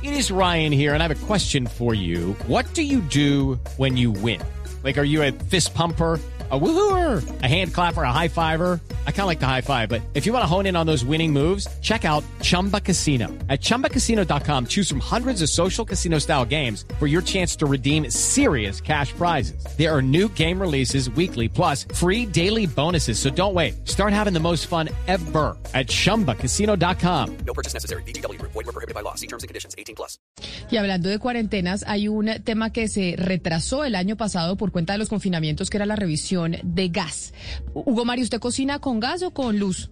It is Ryan here, and I have a question for you. What do you do when you win? Like, are you a fist pumper, a woohooer, a hand clapper, a high fiver? I kind of like the high five, but if you want to hone in on those winning moves, check out Chumba Casino. At ChumbaCasino.com, choose from hundreds of social casino-style games for your chance to redeem serious cash prizes. There are new game releases weekly, plus free daily bonuses. So don't wait. Start having the most fun ever at ChumbaCasino.com. No purchase necessary. VGW Group. Void where prohibited by law. See terms and conditions. 18+. Y hablando de cuarentenas, hay un tema que se retrasó el año pasado por cuenta de los confinamientos, que era la revisión de gas. Hugo Mario, ¿usted cocina con gas o con luz?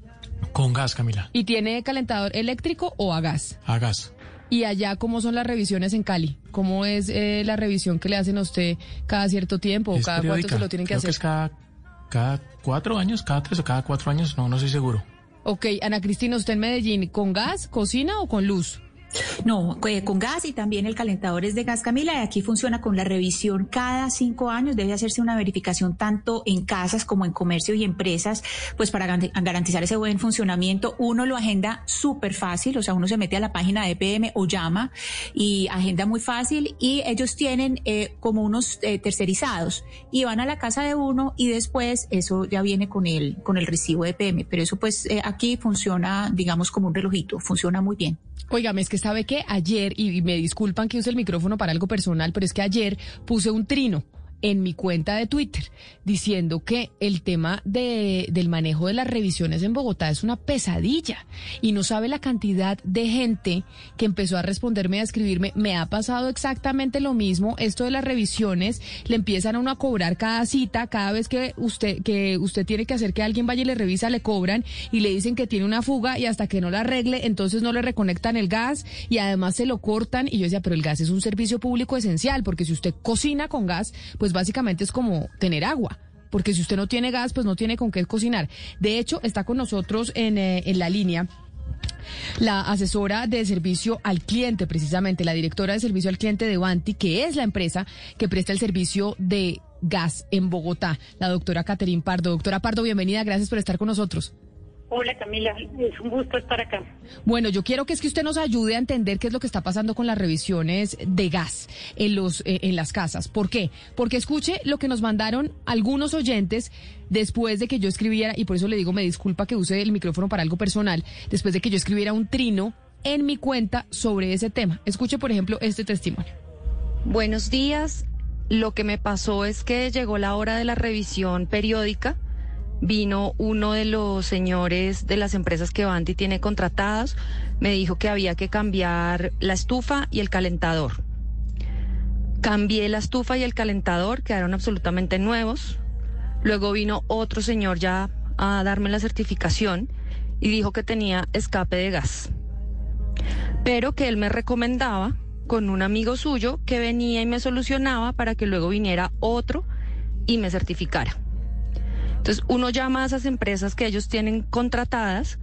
Con gas, Camila. ¿Y tiene calentador eléctrico o a gas? A gas. ¿Y allá cómo son las revisiones en Cali? ¿Cómo es la revisión que le hacen a usted cada cierto tiempo o cada periódica. cuánto se lo tienen que Creo hacer? Que es cada 4 años, cada 3 o cada 4 años, no estoy seguro. Ok, Ana Cristina, ¿usted en Medellín con gas, cocina o con luz? No, con gas, y también el calentador es de gas, Camila, y aquí funciona con la revisión cada 5 años. Debe hacerse una verificación tanto en casas como en comercio y empresas, pues para garantizar ese buen funcionamiento. Uno lo agenda súper fácil, o sea, uno se mete a la página de EPM o llama y agenda muy fácil, y ellos tienen como unos tercerizados y van a la casa de uno y después eso ya viene con el recibo de EPM, pero eso pues aquí funciona, digamos, como un relojito, funciona muy bien. Óigame, es que sabe que ayer, y me disculpan que use el micrófono para algo personal, pero es que ayer puse un trino en mi cuenta de Twitter diciendo que el tema del manejo de las revisiones en Bogotá es una pesadilla, y no sabe la cantidad de gente que empezó a responderme, a escribirme: me ha pasado exactamente lo mismo, esto de las revisiones, le empiezan a uno a cobrar cada cita, cada vez que usted tiene que hacer que alguien vaya y le revisa, le cobran y le dicen que tiene una fuga, y hasta que no la arregle, entonces no le reconectan el gas y además se lo cortan. Y yo decía, pero el gas es un servicio público esencial, porque si usted cocina con gas, pues básicamente es como tener agua, porque si usted no tiene gas, pues no tiene con qué cocinar. De hecho, está con nosotros en la línea la asesora de servicio al cliente, precisamente la directora de servicio al cliente de Vanti, que es la empresa que presta el servicio de gas en Bogotá, la doctora Catherine Pardo. Doctora Pardo, bienvenida, gracias por estar con nosotros. Hola, Camila, es un gusto estar acá. Bueno, yo quiero que usted nos ayude a entender qué es lo que está pasando con las revisiones de gas en las casas. ¿Por qué? Porque escuche lo que nos mandaron algunos oyentes después de que yo escribiera, y por eso le digo, me disculpa que use el micrófono para algo personal, después de que yo escribiera un trino en mi cuenta sobre ese tema. Escuche, por ejemplo, este testimonio. Buenos días. Lo que me pasó es que llegó la hora de la revisión periódica. Vino uno de los señores de las empresas que Vanti tiene contratadas, me dijo que había que cambiar la estufa y el calentador. Cambié la estufa y el calentador, quedaron absolutamente nuevos. Luego vino otro señor ya a darme la certificación y dijo que tenía escape de gas, pero que él me recomendaba con un amigo suyo que venía y me solucionaba para que luego viniera otro y me certificara. Entonces uno llama a esas empresas que ellos tienen contratadas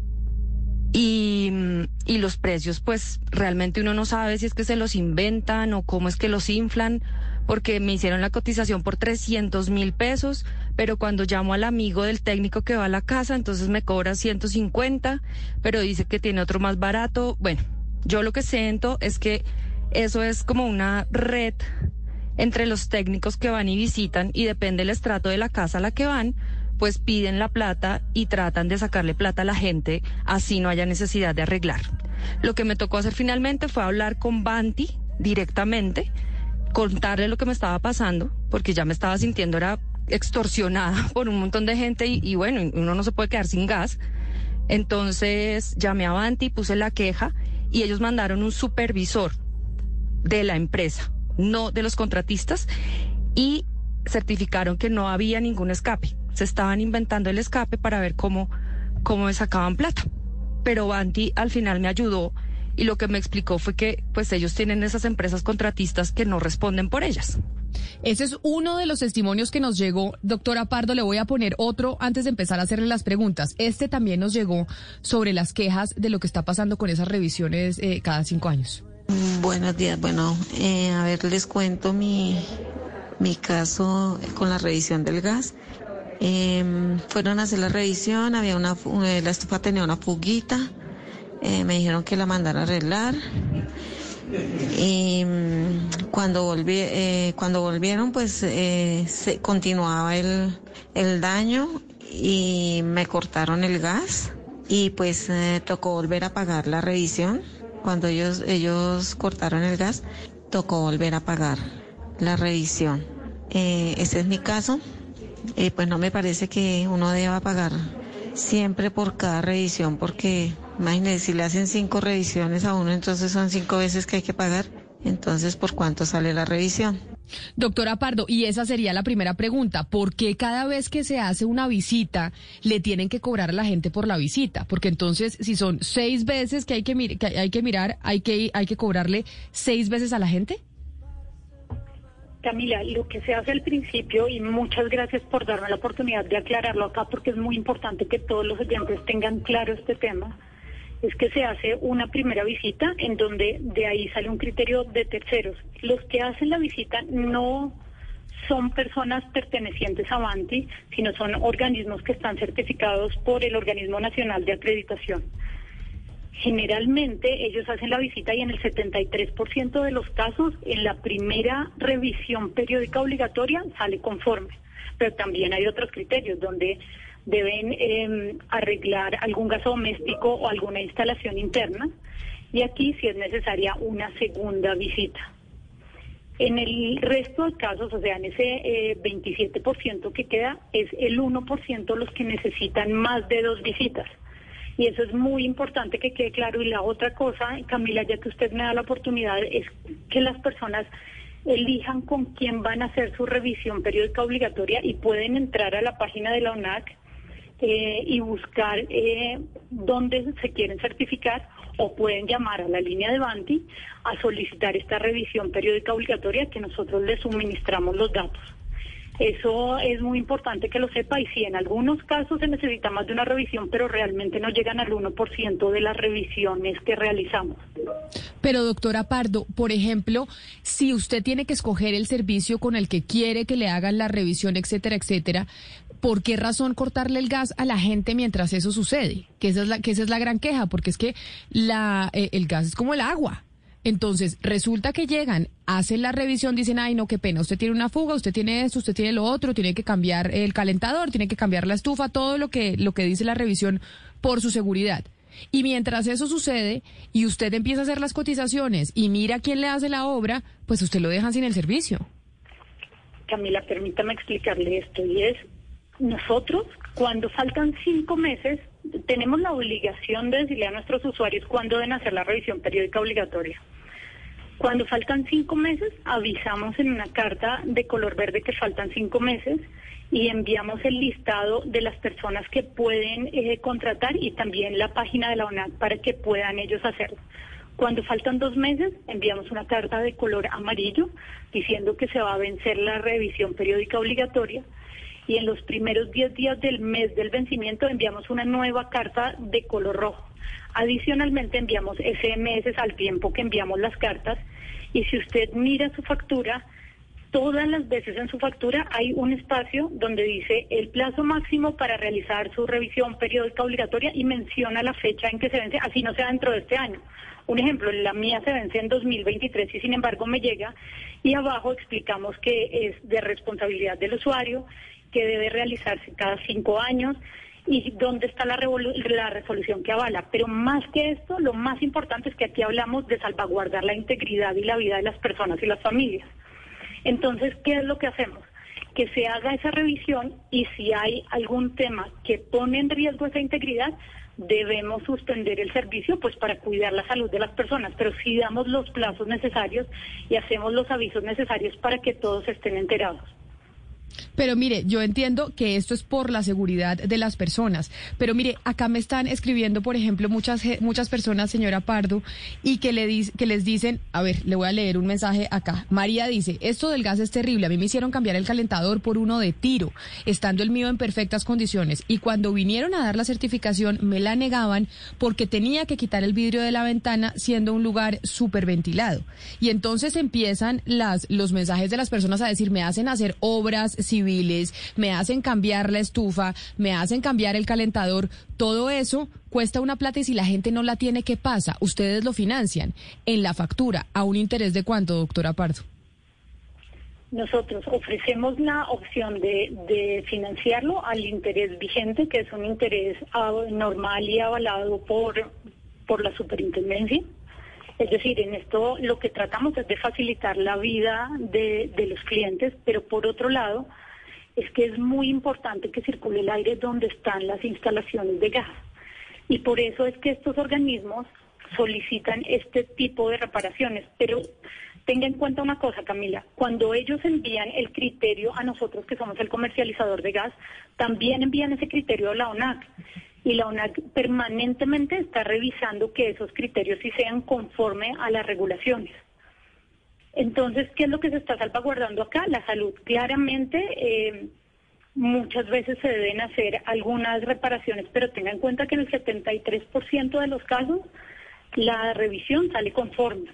y los precios, pues realmente uno no sabe si es que se los inventan o cómo es que los inflan, porque me hicieron la cotización por 300.000 pesos, pero cuando llamo al amigo del técnico que va a la casa, entonces me cobra 150, pero dice que tiene otro más barato. Bueno, yo lo que siento es que eso es como una red entre los técnicos que van y visitan, y depende del estrato de la casa a la que van, pues piden la plata y tratan de sacarle plata a la gente, así no haya necesidad de arreglar. Lo que me tocó hacer finalmente fue hablar con Vanti directamente, contarle lo que me estaba pasando, porque ya me estaba sintiendo era extorsionada por un montón de gente y bueno, uno no se puede quedar sin gas. Entonces llamé a Vanti, puse la queja y ellos mandaron un supervisor de la empresa, no de los contratistas, y certificaron que no había ningún escape. Se estaban inventando el escape para ver cómo me sacaban plata. Pero Vanti al final me ayudó y lo que me explicó fue que pues ellos tienen esas empresas contratistas que no responden por ellas. Ese es uno de los testimonios que nos llegó. Doctora Pardo, le voy a poner otro antes de empezar a hacerle las preguntas. Este también nos llegó sobre las quejas de lo que está pasando con esas revisiones cada 5 años. Buenos días. Bueno, a ver, les cuento mi caso con la revisión del gas. Fueron a hacer la revisión, había la estufa tenía una fuguita me dijeron que la mandara a arreglar. Y cuando volvieron, pues se continuaba el daño y me cortaron el gas y pues tocó volver a pagar la revisión. Cuando ellos cortaron el gas, tocó volver a pagar la revisión. Ese es mi caso. Pues no me parece que uno deba pagar siempre por cada revisión, porque imagínese, si le hacen 5 revisiones a uno, entonces son 5 veces que hay que pagar. Entonces, ¿por cuánto sale la revisión? Doctora Pardo, y esa sería la primera pregunta. ¿Por qué cada vez que se hace una visita le tienen que cobrar a la gente por la visita? Porque entonces, si son 6 veces que hay que mirar, hay que cobrarle 6 veces a la gente. Camila, lo que se hace al principio, y muchas gracias por darme la oportunidad de aclararlo acá, porque es muy importante que todos los oyentes tengan claro este tema, es que se hace una primera visita en donde de ahí sale un criterio de terceros. Los que hacen la visita no son personas pertenecientes a Avanti, sino son organismos que están certificados por el Organismo Nacional de Acreditación. Generalmente ellos hacen la visita y en el 73% de los casos en la primera revisión periódica obligatoria sale conforme, pero también hay otros criterios donde deben arreglar algún gasto doméstico o alguna instalación interna, y aquí sí es necesaria una segunda visita. En el resto de casos, o sea, en ese 27% que queda, es el 1% los que necesitan más de 2 visitas. Y eso es muy importante que quede claro. Y la otra cosa, Camila, ya que usted me da la oportunidad, es que las personas elijan con quién van a hacer su revisión periódica obligatoria y pueden entrar a la página de la ONAC y buscar dónde se quieren certificar, o pueden llamar a la línea de Avanti a solicitar esta revisión periódica obligatoria que nosotros les suministramos los datos. Eso es muy importante que lo sepa, y sí, en algunos casos se necesita más de una revisión, pero realmente no llegan al 1% de las revisiones que realizamos. Pero doctora Pardo, por ejemplo, si usted tiene que escoger el servicio con el que quiere que le hagan la revisión, etcétera, etcétera, ¿por qué razón cortarle el gas a la gente mientras eso sucede? Que esa es la gran queja, porque es que el gas es como el agua. Entonces, resulta que llegan, hacen la revisión, dicen, ay, no, qué pena, usted tiene una fuga, usted tiene esto, usted tiene lo otro, tiene que cambiar el calentador, tiene que cambiar la estufa, todo lo que dice la revisión por su seguridad. Y mientras eso sucede y usted empieza a hacer las cotizaciones y mira quién le hace la obra, pues usted lo dejan sin el servicio. Camila, permítame explicarle esto, y es, nosotros, cuando faltan 5 meses, tenemos la obligación de decirle a nuestros usuarios cuándo deben hacer la revisión periódica obligatoria. Cuando faltan 5 meses, avisamos en una carta de color verde que faltan 5 meses y enviamos el listado de las personas que pueden contratar y también la página de la ONAC para que puedan ellos hacerlo. Cuando faltan 2 meses, enviamos una carta de color amarillo diciendo que se va a vencer la revisión periódica obligatoria. Y en los primeros 10 días del mes del vencimiento enviamos una nueva carta de color rojo. Adicionalmente enviamos SMS al tiempo que enviamos las cartas, y si usted mira su factura, todas las veces en su factura hay un espacio donde dice el plazo máximo para realizar su revisión periódica obligatoria y menciona la fecha en que se vence, así no sea dentro de este año. Un ejemplo, la mía se vence en 2023 y sin embargo me llega, y abajo explicamos que es de responsabilidad del usuario, que debe realizarse cada 5 años y dónde está la resolución que avala. Pero más que esto, lo más importante es que aquí hablamos de salvaguardar la integridad y la vida de las personas y las familias. Entonces, ¿qué es lo que hacemos? Que se haga esa revisión, y si hay algún tema que pone en riesgo esa integridad, debemos suspender el servicio pues para cuidar la salud de las personas, pero sí damos los plazos necesarios y hacemos los avisos necesarios para que todos estén enterados. Pero mire, yo entiendo que esto es por la seguridad de las personas, pero mire, acá me están escribiendo, por ejemplo, muchas personas, señora Pardo, y que les dicen, a ver, le voy a leer un mensaje acá. María dice, esto del gas es terrible, a mí me hicieron cambiar el calentador por uno de tiro, estando el mío en perfectas condiciones, y cuando vinieron a dar la certificación me la negaban porque tenía que quitar el vidrio de la ventana siendo un lugar súper ventilado. Y entonces empiezan los mensajes de las personas a decir, me hacen hacer obras, si civiles, me hacen cambiar la estufa, me hacen cambiar el calentador, todo eso cuesta una plata y si la gente no la tiene, ¿qué pasa? Ustedes lo financian en la factura. ¿A un interés de cuánto, doctora Pardo? Nosotros ofrecemos la opción de financiarlo al interés vigente, que es un interés normal y avalado por la superintendencia. Es decir, en esto lo que tratamos es de facilitar la vida de los clientes, pero por otro lado es que es muy importante que circule el aire donde están las instalaciones de gas. Y por eso es que estos organismos solicitan este tipo de reparaciones, pero tenga en cuenta una cosa, Camila, cuando ellos envían el criterio a nosotros, que somos el comercializador de gas, también envían ese criterio a la ONAC. Y la ONAC permanentemente está revisando que esos criterios sí sean conforme a las regulaciones. Entonces, ¿qué es lo que se está salvaguardando acá? La salud. Claramente, muchas veces se deben hacer algunas reparaciones, pero tenga en cuenta que en el 73% de los casos la revisión sale conforme.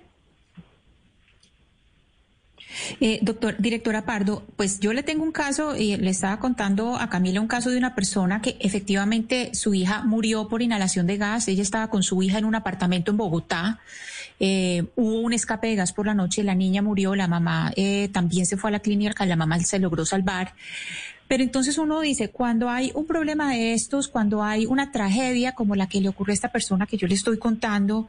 Directora Pardo, pues yo le tengo un caso, y le estaba contando a Camila un caso de una persona que efectivamente su hija murió por inhalación de gas. Ella estaba con su hija en un apartamento en Bogotá. Hubo un escape de gas por la noche, la niña murió, la mamá también se fue a la clínica, la mamá se logró salvar. Pero entonces uno dice, cuando hay un problema de estos, cuando hay una tragedia como la que le ocurrió a esta persona que yo le estoy contando,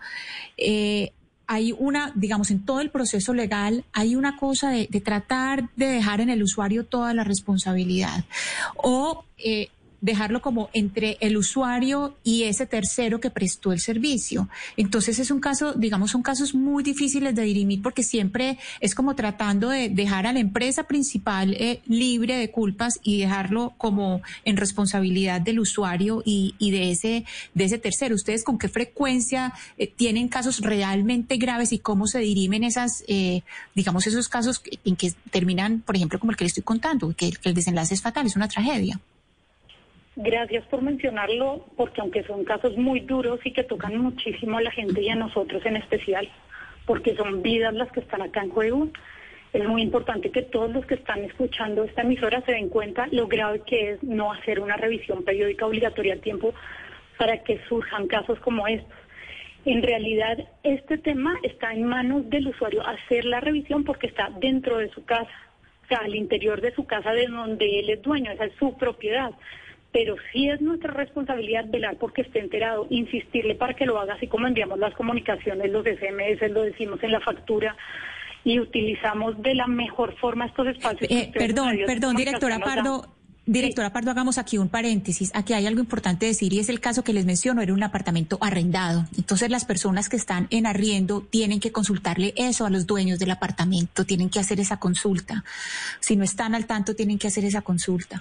hay una, digamos, en todo el proceso legal, hay una cosa de tratar de dejar en el usuario toda la responsabilidad o dejarlo como entre el usuario y ese tercero que prestó el servicio. Entonces es un caso, digamos, son casos muy difíciles de dirimir porque siempre es como tratando de dejar a la empresa principal libre de culpas y dejarlo como en responsabilidad del usuario y de ese tercero. ¿Ustedes con qué frecuencia tienen casos realmente graves y cómo se dirimen esas, digamos, esos casos en que terminan, por ejemplo, como el que le estoy contando, que el desenlace es fatal, es una tragedia? Gracias por mencionarlo, porque aunque son casos muy duros y que tocan muchísimo a la gente y a nosotros en especial, porque son vidas las que están acá en juego, es muy importante que todos los que están escuchando esta emisora se den cuenta lo grave que es no hacer una revisión periódica obligatoria a tiempo para que surjan casos como estos. En realidad, este tema está en manos del usuario, hacer la revisión porque está dentro de su casa, o sea, al interior de su casa de donde él es dueño, esa es su propiedad. Pero sí es nuestra responsabilidad velar porque esté enterado, insistirle para que lo haga, así como enviamos las comunicaciones, los SMS, lo decimos en la factura y utilizamos de la mejor forma estos espacios. Perdón, directora Pardo. Directora Pardo, hagamos aquí un paréntesis. Aquí hay algo importante decir y es el caso que les menciono, era un apartamento arrendado. Entonces las personas que están en arriendo tienen que consultarle eso a los dueños del apartamento, tienen que hacer esa consulta. Si no están al tanto, tienen que hacer esa consulta.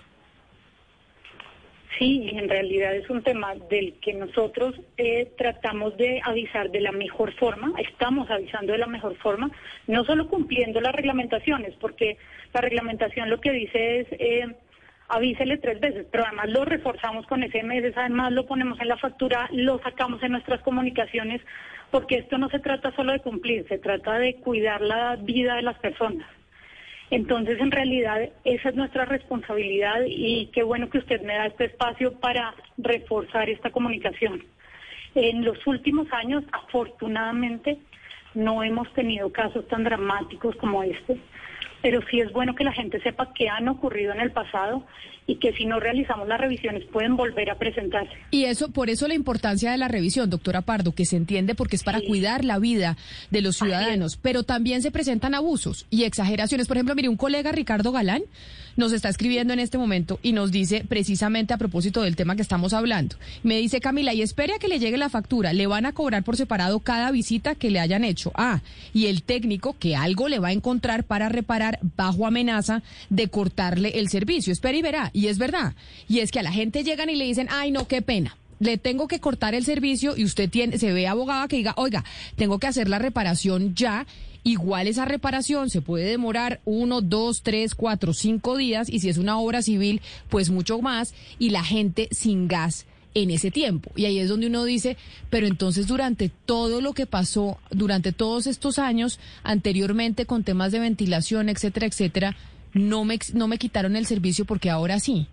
Sí, en realidad es un tema del que nosotros tratamos de avisar de la mejor forma, estamos avisando de la mejor forma, no solo cumpliendo las reglamentaciones, porque la reglamentación lo que dice es avísele 3 veces, pero además lo reforzamos con SMS, además lo ponemos en la factura, lo sacamos en nuestras comunicaciones, porque esto no se trata solo de cumplir, se trata de cuidar la vida de las personas. Entonces, en realidad, esa es nuestra responsabilidad y qué bueno que usted me da este espacio para reforzar esta comunicación. En los últimos años, afortunadamente, no hemos tenido casos tan dramáticos como este, pero sí es bueno que la gente sepa que han ocurrido en el pasado y que si no realizamos las revisiones pueden volver a presentarse. Y eso, por eso la importancia de la revisión, doctora Pardo, que se entiende porque es para cuidar la vida de los ciudadanos, pero también se presentan abusos y exageraciones. Por ejemplo, mire, un colega, Ricardo Galán, nos está escribiendo en este momento y nos dice precisamente a propósito del tema que estamos hablando. Me dice, Camila, y espere a que le llegue la factura, le van a cobrar por separado cada visita que le hayan hecho. Y el técnico que algo le va a encontrar para reparar bajo amenaza de cortarle el servicio. Espere y verá. Y es verdad. Y es que a la gente llegan y le dicen, ay, no, qué pena, le tengo que cortar el servicio y usted se ve abogada que diga, oiga, tengo que hacer la reparación ya. Igual esa reparación se puede demorar 1, 2, 3, 4, 5 días y si es una obra civil, pues mucho más y la gente sin gas en ese tiempo. Y ahí es donde uno dice, pero entonces durante todo lo que pasó, durante todos estos años anteriormente con temas de ventilación, etcétera, etcétera, no me quitaron el servicio porque ahora sí.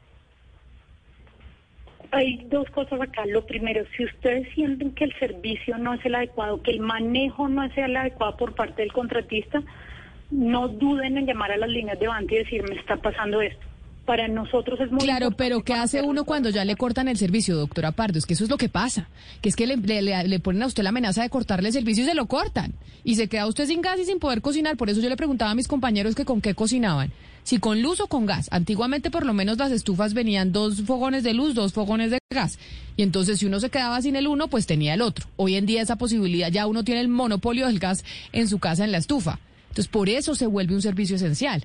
Hay dos cosas acá. Lo primero, si ustedes sienten que el servicio no es el adecuado, que el manejo no es el adecuado por parte del contratista, no duden en llamar a las líneas de Avanti y decir, me está pasando esto. Para nosotros es muy Claro, importante. pero ¿qué hace uno cuando ya le cortan el servicio, doctora Pardo? Es que eso es lo que pasa, que es que le ponen a usted la amenaza de cortarle el servicio y se lo cortan. Y se queda usted sin gas y sin poder cocinar. Por eso yo le preguntaba a mis compañeros que con qué cocinaban. Si con luz o con gas. Antiguamente por lo menos las estufas venían 2 fogones de luz, 2 fogones de gas. Y entonces si uno se quedaba sin el uno, pues tenía el otro. Hoy en día esa posibilidad, ya uno tiene el monopolio del gas en su casa, en la estufa. Entonces por eso se vuelve un servicio esencial.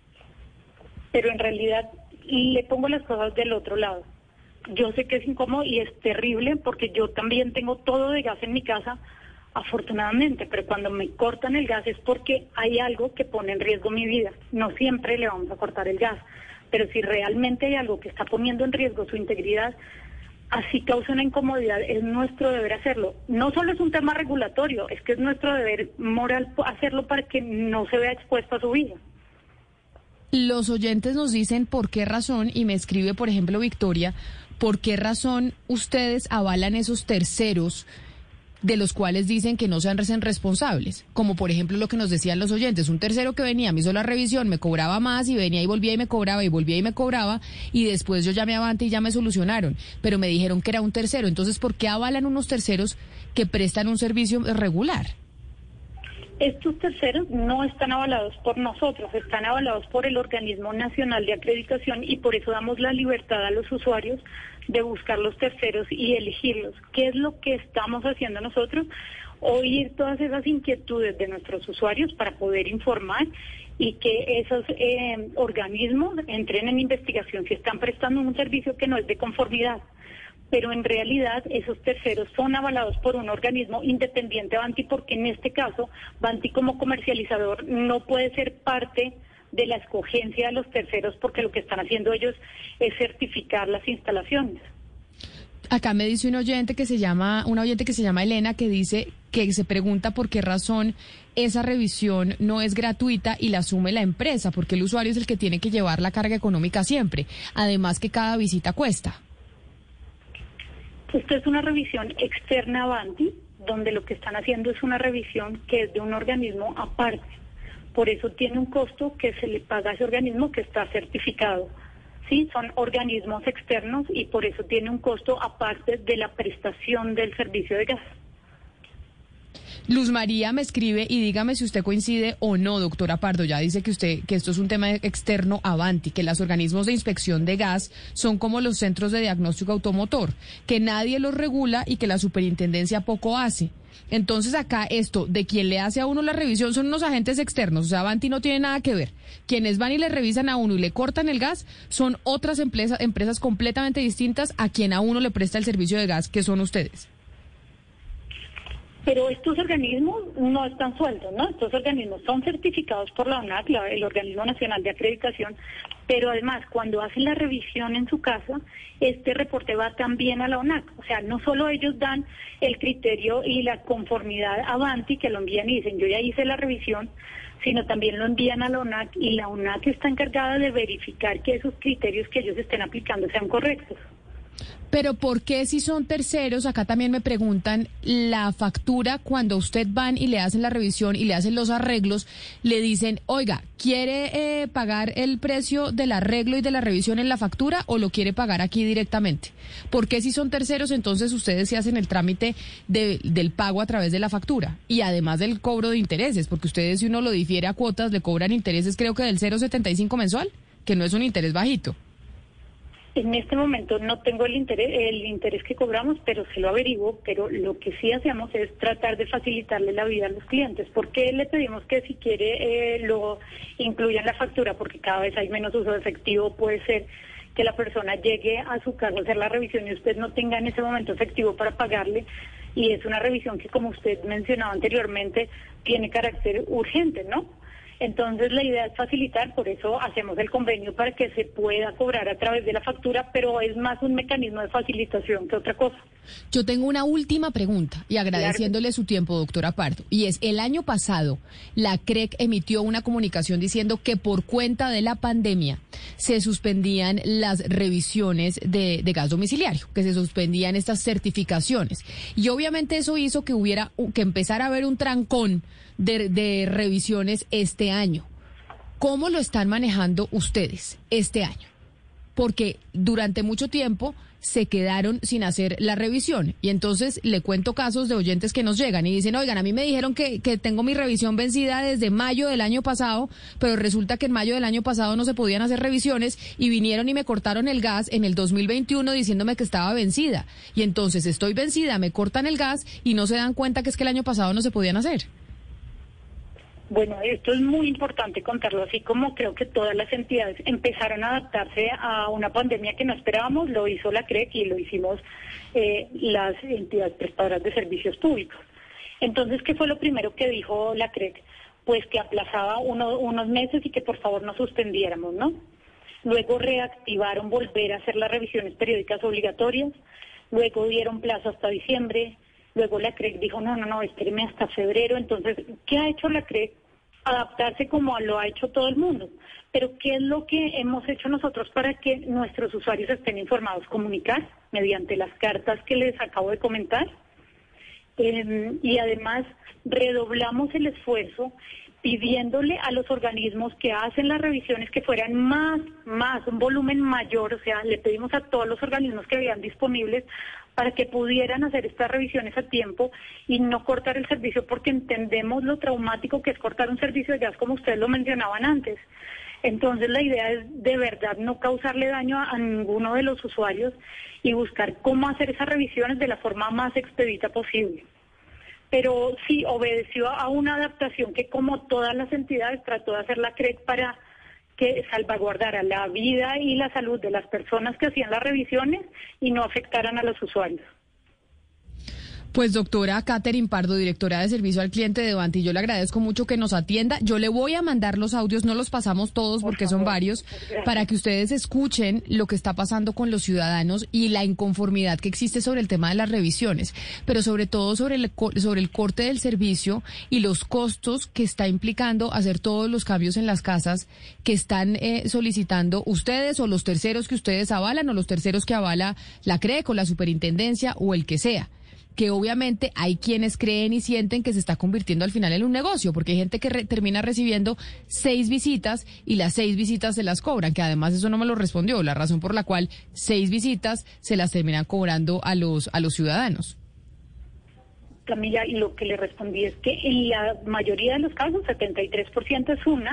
Pero en realidad le pongo las cosas del otro lado. Yo sé que es incómodo y es terrible porque yo también tengo todo de gas en mi casa, afortunadamente, pero cuando me cortan el gas es porque hay algo que pone en riesgo mi vida. No siempre le vamos a cortar el gas, pero si realmente hay algo que está poniendo en riesgo su integridad, así causa una incomodidad, es nuestro deber hacerlo. No solo es un tema regulatorio, es que es nuestro deber moral hacerlo para que no se vea expuesto a su vida. Los oyentes nos dicen por qué razón, y me escribe, por ejemplo, Victoria, por qué razón ustedes avalan esos terceros de los cuales dicen que no se hacen responsables, como por ejemplo lo que nos decían los oyentes, un tercero que venía, me hizo la revisión, me cobraba más y venía y volvía y me cobraba y volvía y me cobraba y después yo llamé a Avanti y ya me solucionaron, pero me dijeron que era un tercero. Entonces, ¿por qué avalan unos terceros que prestan un servicio regular? Estos terceros no están avalados por nosotros, están avalados por el Organismo Nacional de Acreditación y por eso damos la libertad a los usuarios de buscar los terceros y elegirlos. ¿Qué es lo que estamos haciendo nosotros? Oír todas esas inquietudes de nuestros usuarios para poder informar y que esos organismos entren en investigación si están prestando un servicio que no es de conformidad. Pero en realidad esos terceros son avalados por un organismo independiente Avanti, porque en este caso Avanti como comercializador no puede ser parte de la escogencia de los terceros, porque lo que están haciendo ellos es certificar las instalaciones. Acá me dice una oyente que se llama Elena, que dice que se pregunta por qué razón esa revisión no es gratuita y la asume la empresa, porque el usuario es el que tiene que llevar la carga económica siempre, además que cada visita cuesta. Esto es una revisión externa a Avanti, donde lo que están haciendo es una revisión que es de un organismo aparte. Por eso tiene un costo que se le paga a ese organismo que está certificado. Sí, son organismos externos y por eso tiene un costo aparte de la prestación del servicio de gas. Luz María me escribe y dígame si usted coincide o no, doctora Pardo. Ya dice que esto es un tema externo a Avanti, que los organismos de inspección de gas son como los centros de diagnóstico automotor, que nadie los regula y que la superintendencia poco hace. Entonces acá esto de quien le hace a uno la revisión son unos agentes externos, o sea, Avanti no tiene nada que ver. Quienes van y le revisan a uno y le cortan el gas son otras empresas completamente distintas a quien a uno le presta el servicio de gas, que son ustedes. Pero estos organismos no están sueltos, ¿no? Estos organismos son certificados por la ONAC, el Organismo Nacional de Acreditación, pero además cuando hacen la revisión en su casa, este reporte va también a la ONAC. O sea, no solo ellos dan el criterio y la conformidad a Avanti, que lo envían y dicen, yo ya hice la revisión, sino también lo envían a la ONAC y la ONAC está encargada de verificar que esos criterios que ellos estén aplicando sean correctos. Pero ¿por qué si son terceros? Acá también me preguntan, la factura, cuando usted van y le hacen la revisión y le hacen los arreglos, le dicen, oiga, ¿quiere pagar el precio del arreglo y de la revisión en la factura o lo quiere pagar aquí directamente? ¿Por qué si son terceros entonces ustedes sí hacen el trámite del pago a través de la factura? Y además del cobro de intereses, porque ustedes si uno lo difiere a cuotas le cobran intereses creo que del 0,75 mensual, que no es un interés bajito. En este momento no tengo el interés que cobramos, pero se lo averiguo, pero lo que sí hacemos es tratar de facilitarle la vida a los clientes. ¿Por qué le pedimos que si quiere lo incluya en la factura? Porque cada vez hay menos uso de efectivo, puede ser que la persona llegue a su casa a hacer la revisión y usted no tenga en ese momento efectivo para pagarle, y es una revisión que, como usted mencionaba anteriormente, tiene carácter urgente, ¿no? Entonces la idea es facilitar, por eso hacemos el convenio para que se pueda cobrar a través de la factura, pero es más un mecanismo de facilitación que otra cosa. Yo tengo una última pregunta y agradeciéndole su tiempo, doctora Pardo, y es, el año pasado la CREC emitió una comunicación diciendo que por cuenta de la pandemia se suspendían las revisiones de gas domiciliario, que se suspendían estas certificaciones, y obviamente eso hizo que empezara a haber un trancón de revisiones este año. ¿Cómo lo están manejando ustedes este año? Porque durante mucho tiempo se quedaron sin hacer la revisión. Y entonces le cuento casos de oyentes que nos llegan y dicen, oigan, a mí me dijeron que tengo mi revisión vencida desde mayo del año pasado, pero resulta que en mayo del año pasado no se podían hacer revisiones y vinieron y me cortaron el gas en el 2021 diciéndome que estaba vencida. Y entonces estoy vencida, me cortan el gas y no se dan cuenta que es que el año pasado no se podían hacer. Bueno, esto es muy importante contarlo, así como creo que todas las entidades empezaron a adaptarse a una pandemia que no esperábamos, lo hizo la CREC y lo hicimos las entidades prestadoras de servicios públicos. Entonces, ¿qué fue lo primero que dijo la CREC? Pues que aplazaba unos meses y que por favor no suspendiéramos, ¿no? Luego reactivaron volver a hacer las revisiones periódicas obligatorias, luego dieron plazo hasta diciembre. Luego la CREC dijo, no, espéreme hasta febrero. Entonces, ¿qué ha hecho la CREC? Adaptarse como lo ha hecho todo el mundo. Pero, ¿qué es lo que hemos hecho nosotros para que nuestros usuarios estén informados? Comunicar mediante las cartas que les acabo de comentar. Y además, redoblamos el esfuerzo pidiéndole a los organismos que hacen las revisiones que fueran más, un volumen mayor. O sea, le pedimos a todos los organismos que habían disponibles para que pudieran hacer estas revisiones a tiempo y no cortar el servicio, porque entendemos lo traumático que es cortar un servicio de gas, como ustedes lo mencionaban antes. Entonces la idea es de verdad no causarle daño a ninguno de los usuarios y buscar cómo hacer esas revisiones de la forma más expedita posible. Pero sí obedeció a una adaptación que, como todas las entidades, trató de hacer la CREC para que salvaguardara la vida y la salud de las personas que hacían las revisiones y no afectaran a los usuarios. Pues doctora Catherine Pardo, directora de Servicio al Cliente de Vanti, yo le agradezco mucho que nos atienda. Yo le voy a mandar los audios, no los pasamos todos porque son varios, para que ustedes escuchen lo que está pasando con los ciudadanos y la inconformidad que existe sobre el tema de las revisiones, pero sobre todo sobre el corte del servicio y los costos que está implicando hacer todos los cambios en las casas que están solicitando ustedes o los terceros que ustedes avalan o los terceros que avala la CREC o la superintendencia o el que sea. Que obviamente hay quienes creen y sienten que se está convirtiendo al final en un negocio, porque hay gente que termina recibiendo 6 visitas y las 6 visitas se las cobran, que además eso no me lo respondió, la razón por la cual 6 visitas se las terminan cobrando a los ciudadanos. Camila, y lo que le respondí es que en la mayoría de los casos, 73% es una,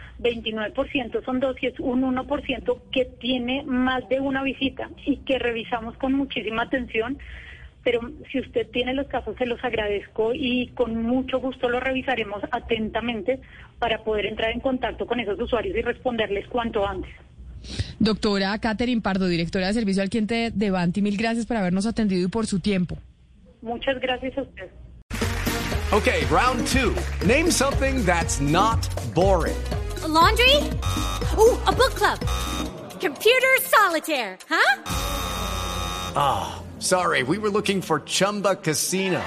29% son 2 y es un 1% que tiene más de una visita y que revisamos con muchísima atención. Pero si usted tiene los casos, se los agradezco y con mucho gusto lo revisaremos atentamente para poder entrar en contacto con esos usuarios y responderles cuanto antes. Doctora Catherine Pardo, directora de Servicio al Cliente de Vanti, mil gracias por habernos atendido y por su tiempo. Muchas gracias a usted. Okay, round 2. Name something that's not boring. A laundry? Ooh, a book club. Computer solitaire, huh? Sorry, we were looking for Chumba Casino.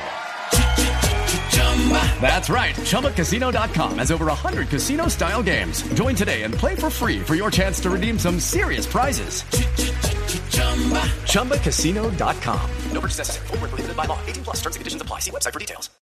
That's right. ChumbaCasino.com has over 100 casino-style games. Join today and play for free for your chance to redeem some serious prizes. ChumbaCasino.com. No purchase necessary. Void where prohibited by law. 18+ terms and conditions apply. See website for details.